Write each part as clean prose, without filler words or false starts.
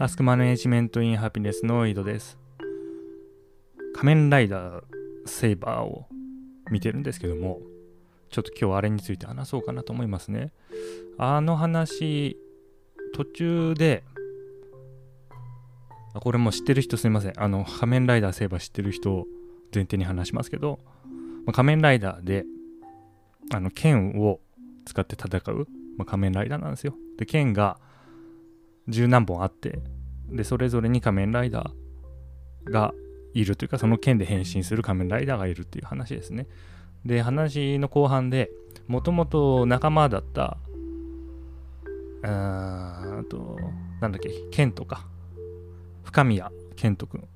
タスクマネジメントインハピネスの井戸です。仮面ライダーセイバーを見てるんですけども、ちょっと今日あれについて話そうかなと思いますね。あの話、途中で、これも知ってる人すいません。仮面ライダーセイバー知ってる人を前提に話しますけど、仮面ライダーで、剣を使って戦う、仮面ライダーなんですよ。で、剣が十何本あって、でそれぞれに仮面ライダーがいるというか、その剣で変身する仮面ライダーがいるっていう話ですね。で、話の後半でもともと仲間だったなんだっけ、ケントか、深宮健人くん、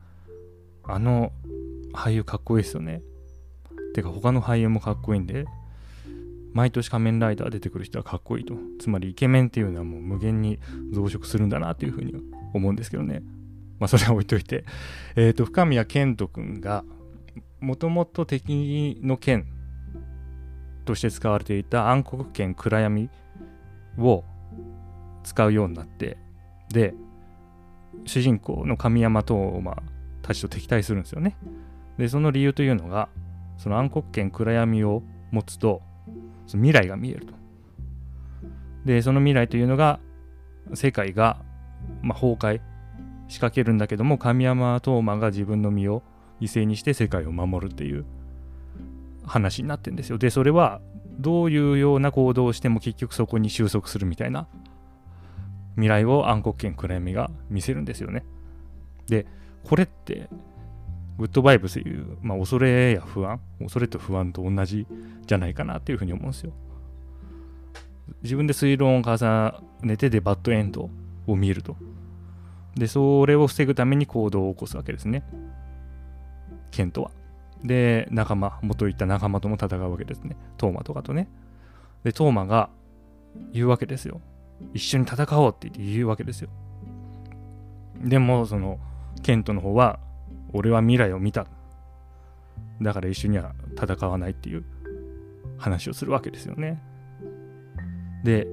俳優かっこいいですよね。てか他の俳優もかっこいいんで、毎年仮面ライダー出てくる人はかっこいいと。つまりイケメンっていうのはもう無限に増殖するんだなというふうに思うんですけどね。それは置いといて、深宮健人くんがもともと敵の剣として使われていた暗黒剣暗闇を使うようになって、で主人公の神山東馬たちと敵対するんですよね。でその理由というのが、その暗黒剣暗闇を持つとその未来が見えると。でその未来というのが、世界が崩壊仕掛けるんだけども、神山東馬が自分の身を犠牲にして世界を守るっていう話になってるんですよ。でそれはどういうような行動をしても結局そこに収束するみたいな未来を暗黒剣暗闇が見せるんですよね。でこれってグッドバイブスという、恐れや不安、恐れと不安と同じじゃないかなっていうふうに思うんですよ。自分で推論を重ねて、でバッドエンドを見ると。でそれを防ぐために行動を起こすわけですね、ケントは。で元言った仲間とも戦うわけですね、トーマとかとね。でトーマが言うわけですよ、一緒に戦おうって言うわけですよ。でもそのケントの方は、俺は未来を見た、だから一緒には戦わないっていう話をするわけですよね。で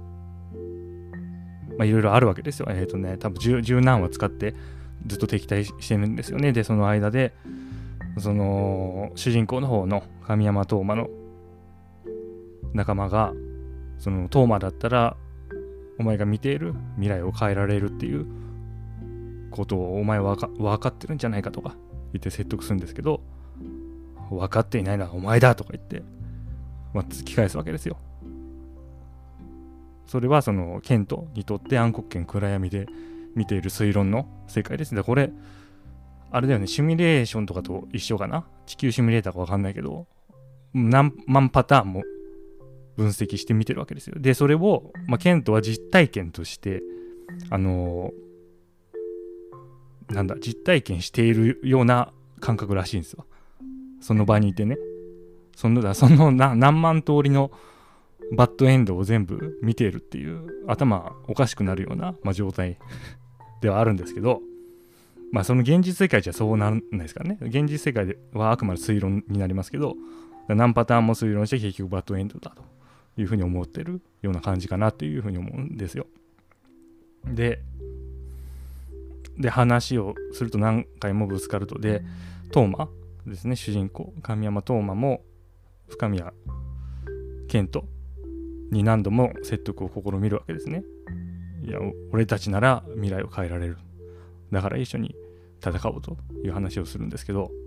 いろいろあるわけですよ。多分十何話使ってずっと敵対してるんですよね。でその間でその主人公の方の神山東馬の仲間が、その東馬だったらお前が見ている未来を変えられるっていうことをお前は分かってるんじゃないかとか言って説得するんですけど、分かっていないのはお前だとか言って、突き返すわけですよ。それはそのケントにとって暗黒剣暗闇で見ている推論の世界ですね。これあれだよね、シミュレーションとかと一緒かな。地球シミュレーターか分かんないけど、何万パターンも分析して見てるわけですよ。でそれを、ケントは実体験として実体験しているような感覚らしいんですよ。その場にいてね、その何万通りのバッドエンドを全部見ているっていう、頭おかしくなるような、状態ではあるんですけど、その現実世界じゃそうならないですからね。現実世界ではあくまで推論になりますけど、何パターンも推論して結局バッドエンドだというふうに思ってるような感じかなというふうに思うんですよ。で話をすると何回もぶつかると、でトーマですね、主人公神山トーマも深宮健人に何度も説得を試みるわけですね。いや、俺たちなら未来を変えられる、だから一緒に戦おうという話をするんですけど、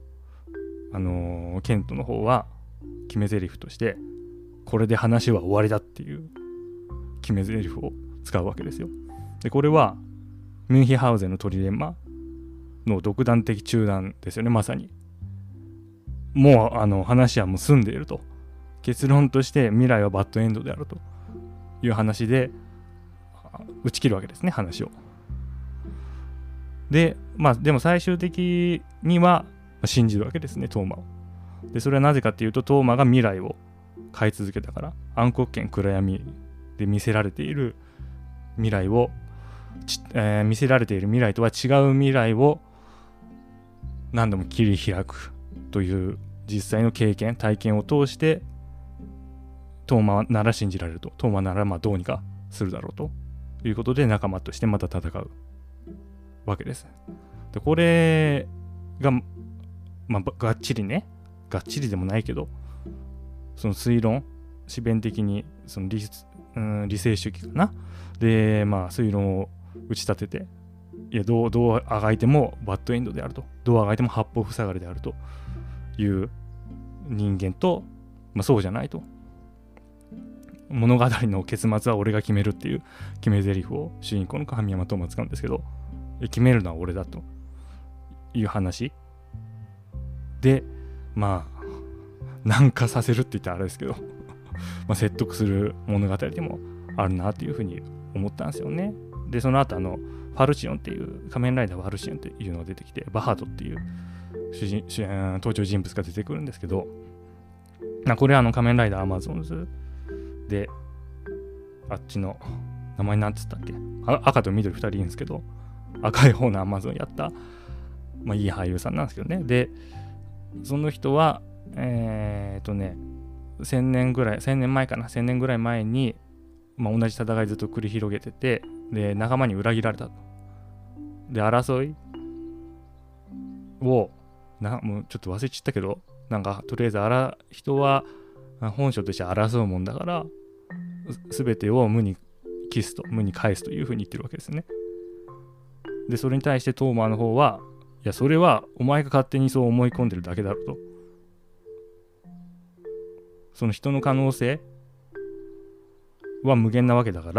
ケントの方は決め台詞として、これで話は終わりだっていう決め台詞を使うわけですよ。でこれはミュンヒハウゼンのトリレンマの独断的中断ですよね。まさにもう話はもう済んでいると、結論として未来はバッドエンドであるという話で打ち切るわけですね、話を。ででも最終的には信じるわけですね、トーマを。でそれはなぜかっていうと、トーマが未来を変え続けたから。暗黒剣暗闇で見せられている未来を見せられている未来とは違う未来を何度も切り開くという実際の経験体験を通して、トーマなら信じられると、トーマならどうにかするだろうということで仲間としてまた戦うわけです。でこれが、がっちりね、がっちりでもないけど、その推論、思弁的にその理性主義かなで、推論を打ち立てて、いやどうあがいてもバッドエンドであると、どうあがいても八方塞がりであるという人間と、そうじゃないと、物語の結末は俺が決めるっていう決め台詞を主人公の神山東馬使うんですけど、決めるのは俺だという話で、軟化させるって言ったらあれですけど説得する物語でもあるなというふうに思ったんですよね。でその後ファルシオンっていう仮面ライダーファルシオンっていうのが出てきて、バハトっていう登場人物が出てくるんですけど、これは仮面ライダーアマゾンズで、あっちの名前なんつったっけ、赤と緑2人いるんですけど、赤い方のアマゾンやった、いい俳優さんなんですけどね。でその人は1000年ぐらい前に、同じ戦いずっと繰り広げてて、で仲間に裏切られたと。で争いをもうちょっと忘れちゃったけど、とりあえず人は本性として争うもんだから、全てを無に返すというふうに言ってるわけですね。でそれに対してトーマーの方は、いやそれはお前が勝手にそう思い込んでるだけだろと。その人の可能性は無限なわけだから、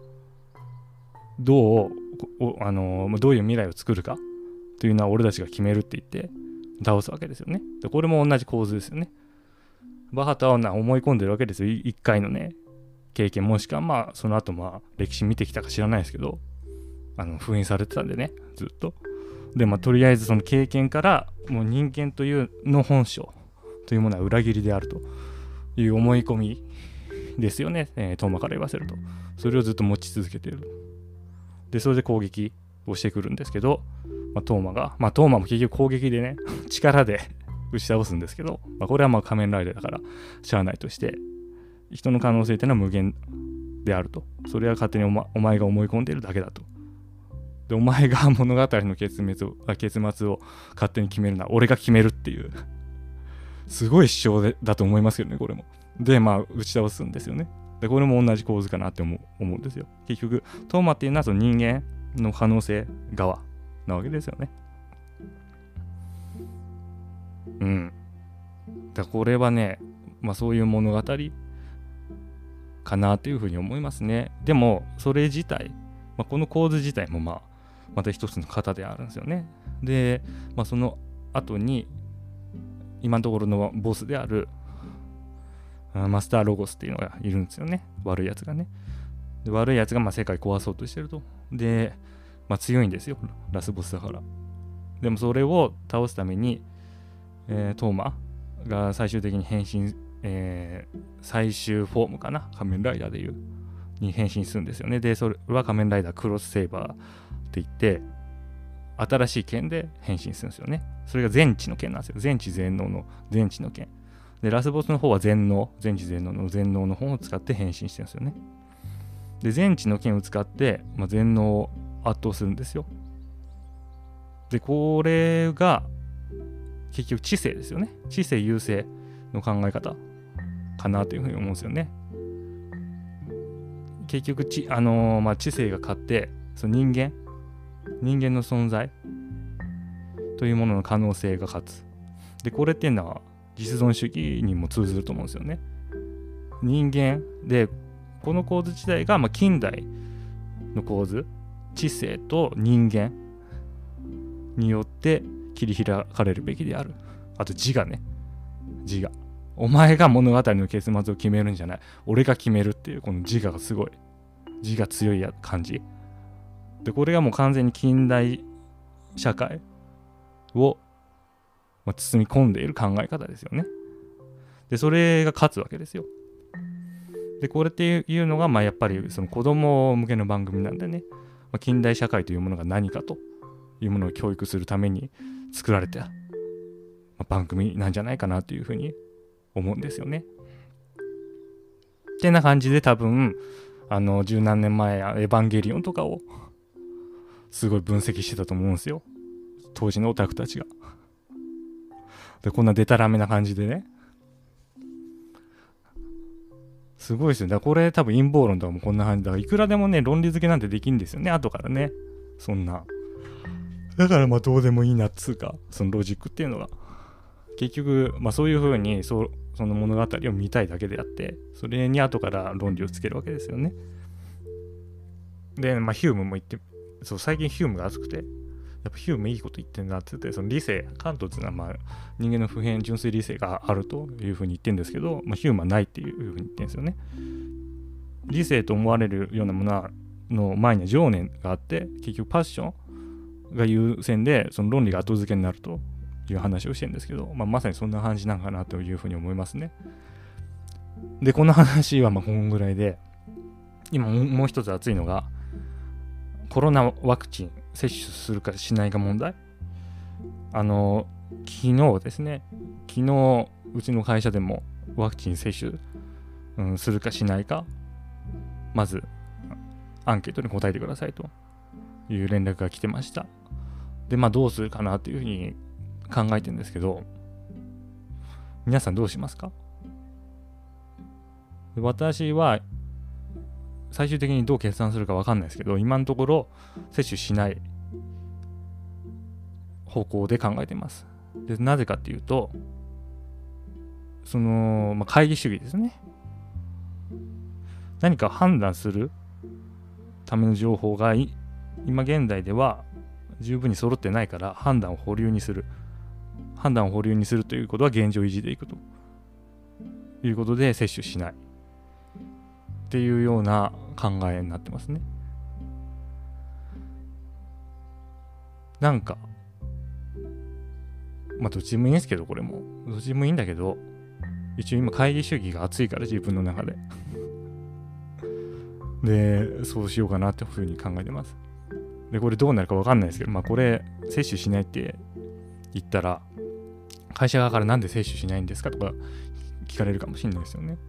どういう未来を作るかというのは俺たちが決めるって言って倒すわけですよね。でこれも同じ構図ですよね。バハタは思い込んでるわけですよ。一回のね経験、もしくはその後歴史見てきたか知らないですけど、封印されてたんでね、ずっと。でとりあえずその経験から、もう人間というの本性というものは裏切りであるという思い込みですよね、トーマから言わせると。それをずっと持ち続けている。でそれで攻撃をしてくるんですけど、トーマも結局攻撃でね力で打ち倒すんですけど、これは仮面ライダーだからしゃあないとして、人の可能性っていうのは無限であると。それは勝手にお前が思い込んでいるだけだと。でお前が物語の結末を勝手に決めるのは俺が決めるっていうすごい主張だと思いますけどね、これも。で打ち倒すんですよね。でこれも同じ構図かなって思うんですよ。結局トーマっていうのはその人間の可能性側なわけですよね。だこれはね、そういう物語かなというふうに思いますね。でもそれ自体、この構図自体もまた一つの型であるんですよね。で、その後に今のところのボスであるマスターロゴスっていうのがいるんですよね。悪いやつがね。で悪いやつが世界壊そうとしてると。で、強いんですよ、ラスボスだから。でもそれを倒すために、トーマが最終的に変身、最終フォームかな、仮面ライダーでいうに変身するんですよね。でそれは仮面ライダークロスセーバーって言って、新しい剣で変身するんですよね。それが全知の剣なんですよ。全知全能の全知の剣で、ラスボスの方は全知全能の全能の方を使って変身してるんですよね。で全知の剣を使って、全能を圧倒するんですよ。でこれが結局知性ですよね。知性優勢の考え方かなというふうに思うんですよね。結局知性が勝って、その人間の存在というものの可能性が勝つ。でこれっていうのは実存主義にも通ずると思うんですよね。人間でこの構図自体が近代の構図、知性と人間によって切り開かれるべきである。あと自我ね、自我、お前が物語の結末を決めるんじゃない、俺が決めるっていうこの自我がすごい、自我強い感じで、これがもう完全に近代社会を包み込んでいる考え方ですよね。でそれが勝つわけですよ。でこれっていうのがやっぱりその子供向けの番組なんでね、近代社会というものが何かというものを教育するために作られた、番組なんじゃないかなというふうに思うんですよね。ってな感じで多分十何年前エヴァンゲリオンとかをすごい分析してたと思うんですよ、当時のオタクたちが。でこんなデタラメな感じでね、すごいですよ。だからこれ多分陰謀論とかもこんな感じだから、いくらでもね論理付けなんてできるんですよね、後からね。そんなだからまあどうでもいいなっつうか、そのロジックっていうのが結局まあそういう風にその物語を見たいだけであって、それに後から論理をつけるわけですよね。でまあヒュームも言って、そう最近ヒュームが熱くて、やっぱヒュームいいこと言ってんなって言って、その理性、カントっていうのはまあ人間の普遍純粋理性があるというふうに言ってるんですけど、まあ、ヒュームはないっていうふうに言ってるんですよね。理性と思われるようなものの前には情念があって、結局パッションが優先でその論理が後付けになるという話をしてるんですけど、まあ、まさにそんな感じなんかなというふうに思いますね。でこの話はまあこんぐらいで、今もう一つ熱いのがコロナワクチン接種するかしないか問題。昨日ですね、昨日うちの会社でもワクチン接種、するかしないか、まずアンケートに答えてくださいという連絡が来てました。でまあどうするかなっていうふうに考えてるんですけど、皆さんどうしますか？私は最終的にどう決断するか分かんないですけど、今のところ接種しない方向で考えています。でなぜかっていうと、その、まあ、会議主義ですね。何か判断するための情報が今現代では十分に揃ってないから、判断を保留にするということは現状維持でいくということで接種しないっていうような考えになってますね。なんかまあどっちでもいいんですけど、これもどっちでもいいんだけど、一応今会議主義が熱いから自分の中ででそうしようかなっていうふうに考えてます。でこれどうなるか分かんないですけど、まあこれ接種しないって言ったら会社側からなんで接種しないんですかとか聞かれるかもしれないですよね。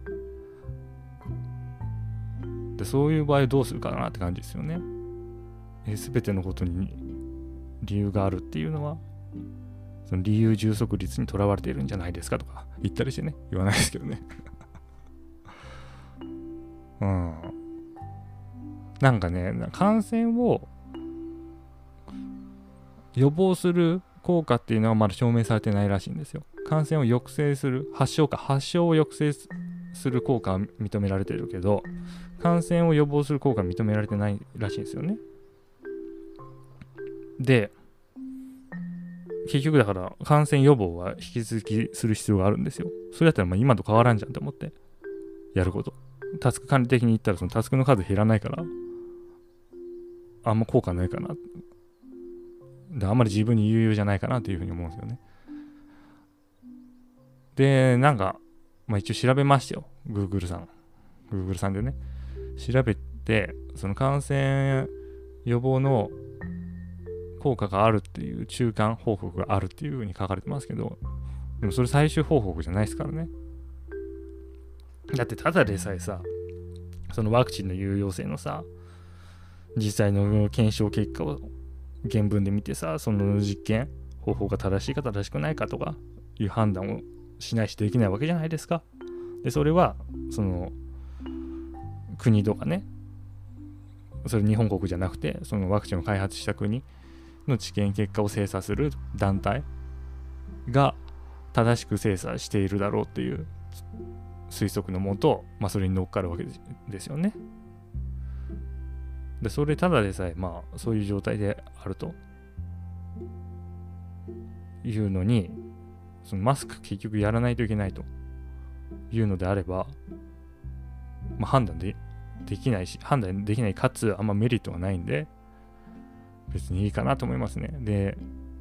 でそういう場合どうするかなって感じですよね。全てのことに理由があるっていうのは、その理由充足率にとらわれているんじゃないですかとか言ったりしてね、言わないですけどねなんかね、感染を予防する効果っていうのはまだ証明されてないらしいんですよ。感染を抑制する、発症を抑制する効果は認められてるけど、感染を予防する効果は認められてないらしいんですよね。で結局だから感染予防は引き続きする必要があるんですよ。それだったらまあ今と変わらんじゃんって思ってやること。タスク管理的に言ったらそのタスクの数減らないからあんま効果ないかな。であんまり自分に有用じゃないかなというふうに思うんですよね。でなんかまあ一応調べましたよ。Google さんでね調べて、その感染予防の効果があるっていう中間報告があるっていう風に書かれてますけど、でもそれ最終報告じゃないですからね。だってただでさえさ、そのワクチンの有用性のさ実際の検証結果を原文で見てさ、その実験方法が正しいか正しくないかとかいう判断をしないしできないわけじゃないですか。でそれはその国とかね、それ日本国じゃなくてそのワクチンを開発した国の治験結果を精査する団体が正しく精査しているだろうっていう推測のもと、まあ、それに乗っかるわけですよね。でそれただでさえまあそういう状態であるというのに、そのマスク結局やらないといけないというのであれば、まあ、判断できないかつあんまメリットがないんで別にいいかなと思いますね。で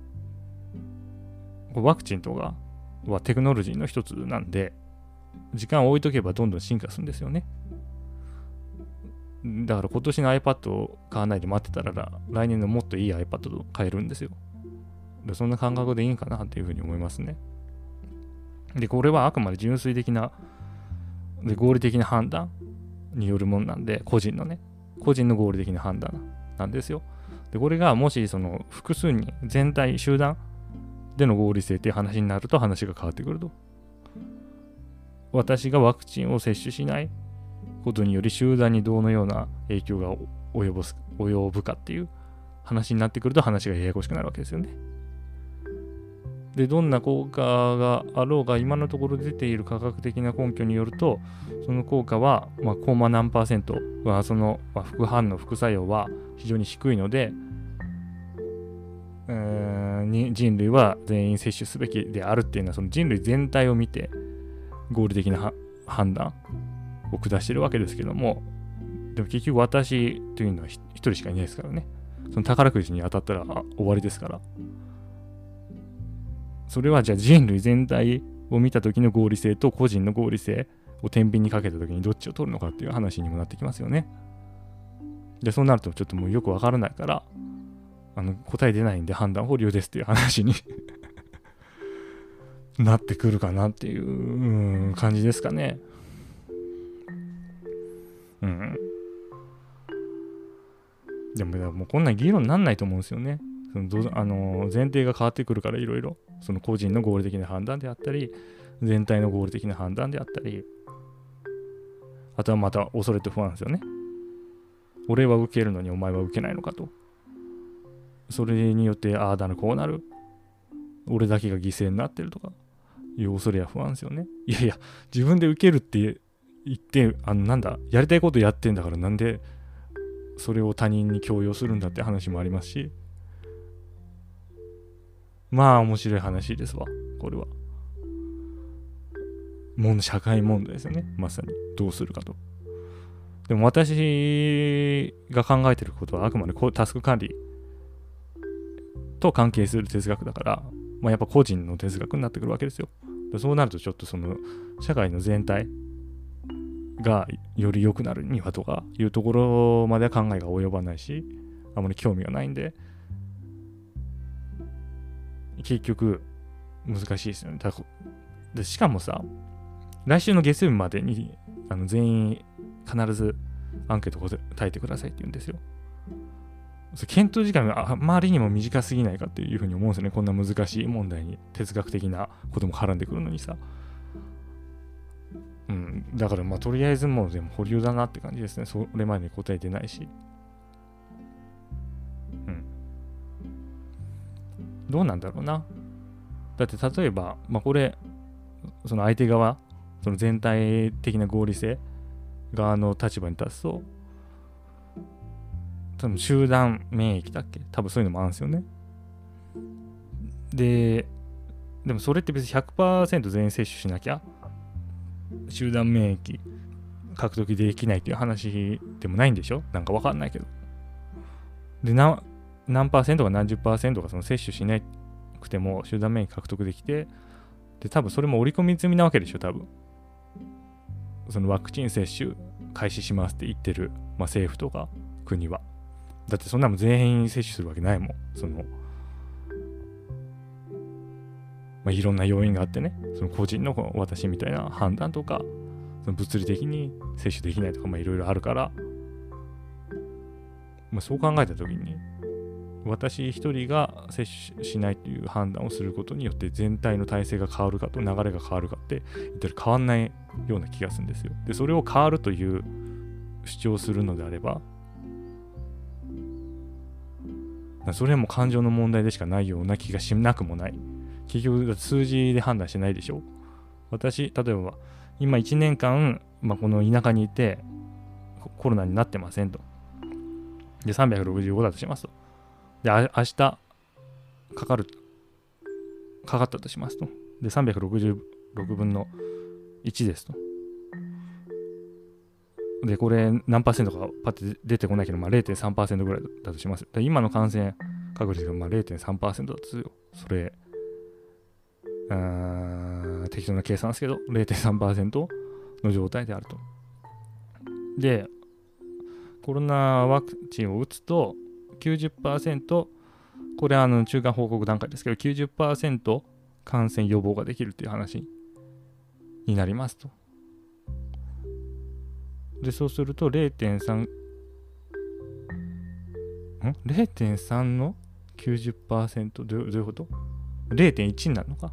ワクチンとかはテクノロジーの一つなんで、時間を置いとけばどんどん進化するんですよね。だから今年の iPad を買わないで待ってたら来年のもっといい iPad を買えるんですよ。でそんな感覚でいいんかなっていうふうに思いますね。でこれはあくまで純粋的なで合理的な判断によるものなんで、個人の合理的な判断なんですよ。 で、これがもしその複数人、全体、集団での合理性っていう話になると話が変わってくると。私がワクチンを接種しないことにより集団にどのような影響が及ぶかっていう話になってくると話がややこしくなるわけですよね。で、どんな効果があろうが今のところ出ている科学的な根拠によると、その効果は、コンマ何%はその、副反応、副作用は非常に低いので、人類は全員接種すべきであるっていうのは、その人類全体を見て合理的な判断を下してるわけですけども、でも結局私というのは一人しかいないですからね。その宝くじに当たったら終わりですから。それはじゃあ人類全体を見た時の合理性と個人の合理性を天秤にかけた時にどっちを取るのかっていう話にもなってきますよね。で、そうなるとちょっともうよくわからないから、答え出ないんで判断保留ですっていう話になってくるかなっていう感じですかね。でももうこんな議論になんないと思うんですよね。前提が変わってくるからいろいろ。その個人の合理的な判断であったり、全体の合理的な判断であったり、あとはまた恐れと不安ですよね。俺は受けるのにお前は受けないのかと。それによってああだなこうなる。俺だけが犠牲になってるとかいう恐れや不安ですよね。いやいや、自分で受けるって言って、やりたいことやってんだからなんでそれを他人に強要するんだって話もありますし、まあ面白い話ですわ、これは。社会問題ですよね、まさに。どうするかと。でも私が考えてることはあくまでタスク管理と関係する哲学だから、やっぱ個人の哲学になってくるわけですよ。でそうなるとちょっとその社会の全体がより良くなるにはとかいうところまでは考えが及ばないし、あまり興味がないんで、結局難しいですよね。でしかもさ、来週の月曜日までに全員必ずアンケート答えてくださいって言うんですよ。検討時間があまりにも短すぎないかっていうふうに思うんですよね。こんな難しい問題に哲学的なことも絡んでくるのにさ。だからとりあえずもうでも保留だなって感じですね。それまでに答えてないし。どうなんだろうな。だって例えば、これ、その相手側、その全体的な合理性側の立場に立つと、多分集団免疫だっけ？多分そういうのもあるんですよね。でもそれって別に 100% 全員接種しなきゃ集団免疫獲得できないっていう話でもないんでしょ？なんかわかんないけど。で、何%か何十%かその接種しなくても集団免疫獲得できて、で、多分それも織り込み済みなわけでしょ、多分。そのワクチン接種開始しますって言ってる、政府とか国は。だってそんなも全員接種するわけないもん。いろんな要因があってね、その個人の私みたいな判断とか、その物理的に接種できないとか、いろいろあるから、そう考えたときに、私一人が接種しないという判断をすることによって全体の体制が変わるかと流れが変わるかって言ったら変わんないような気がするんですよ。で、それを変わるという主張するのであれば、それはもう感情の問題でしかないような気がしなくもない。結局数字で判断してないでしょ。私、例えば今1年間、この田舎にいてコロナになってませんと。で、365だとしますと。で、明日かかったとしますと。で、366分の1ですと。で、これ何パーセントかパッて出てこないけど、0.3% ぐらいだとします。で、今の感染確率が0.3% だとするよ。それ、適当な計算ですけど、0.3% の状態であると。で、コロナワクチンを打つと、90%、これは中間報告段階ですけど、90% 感染予防ができるっていう話になりますと。で、そうすると 0.3 0.3 の 90% どういうこと？ 0.1 になるのか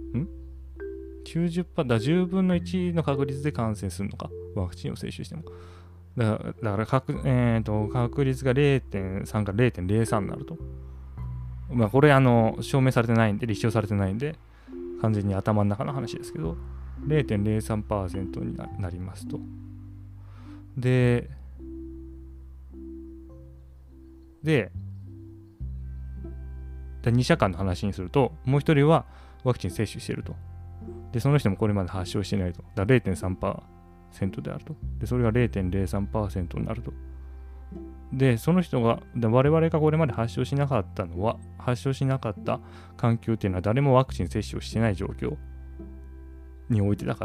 ？90% だ、10分の1の確率で感染するのか、ワクチンを接種しても。だから確率が 0.3 から 0.03 になると。まあこれ証明されてないんで、立証されてないんで、完全に頭の中の話ですけど、0.03% になりますと。で、2社間の話にすると、もう一人はワクチン接種してると。で、その人もこれまで発症してないと。だから 0.3% であると。で、それが 0.03% になると。で、その人が、我々がこれまで発症しなかった環境っていうのは誰もワクチン接種をしてない状況においてだから、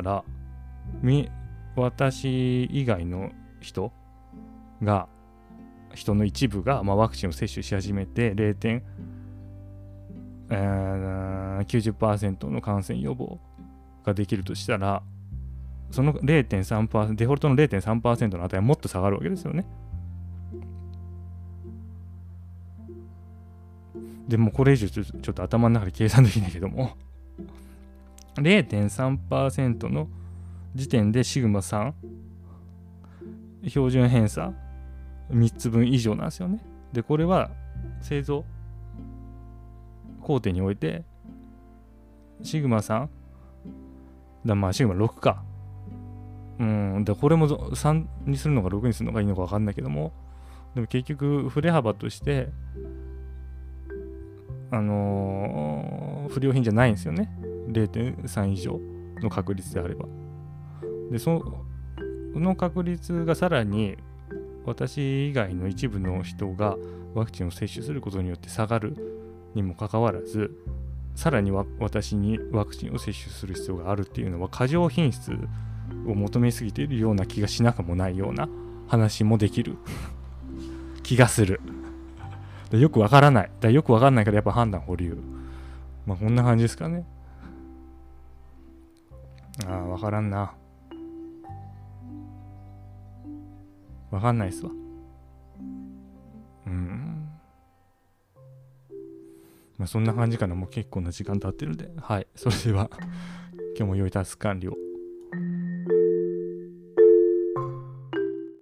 私以外の人の一部が、ワクチンを接種し始めて90% の感染予防ができるとしたら、その 0.3%、デフォルトの 0.3% の値はもっと下がるわけですよね。でもこれ以上ちょっと頭の中で計算できないけども0.3% の時点でシグマ3標準偏差3つ分以上なんですよね。でこれは製造工程においてシグマ3シグマ6かでこれも3にするのか6にするのかいいのか分かんないけども、でも結局振れ幅として不良品じゃないんですよね。 0.3 以上の確率であれば。でその確率がさらに私以外の一部の人がワクチンを接種することによって下がるにもかかわらず、さらに私にワクチンを接種する必要があるっていうのは過剰品質を求めすぎているような気がしなくもないような話もできる気がする。よくわからない。よくわかんないからやっぱ判断保留。こんな感じですかね。わからんな。わかんないっすわ。そんな感じかな。もう結構な時間経ってるんで。はい。それでは、今日も良いタスク管理を。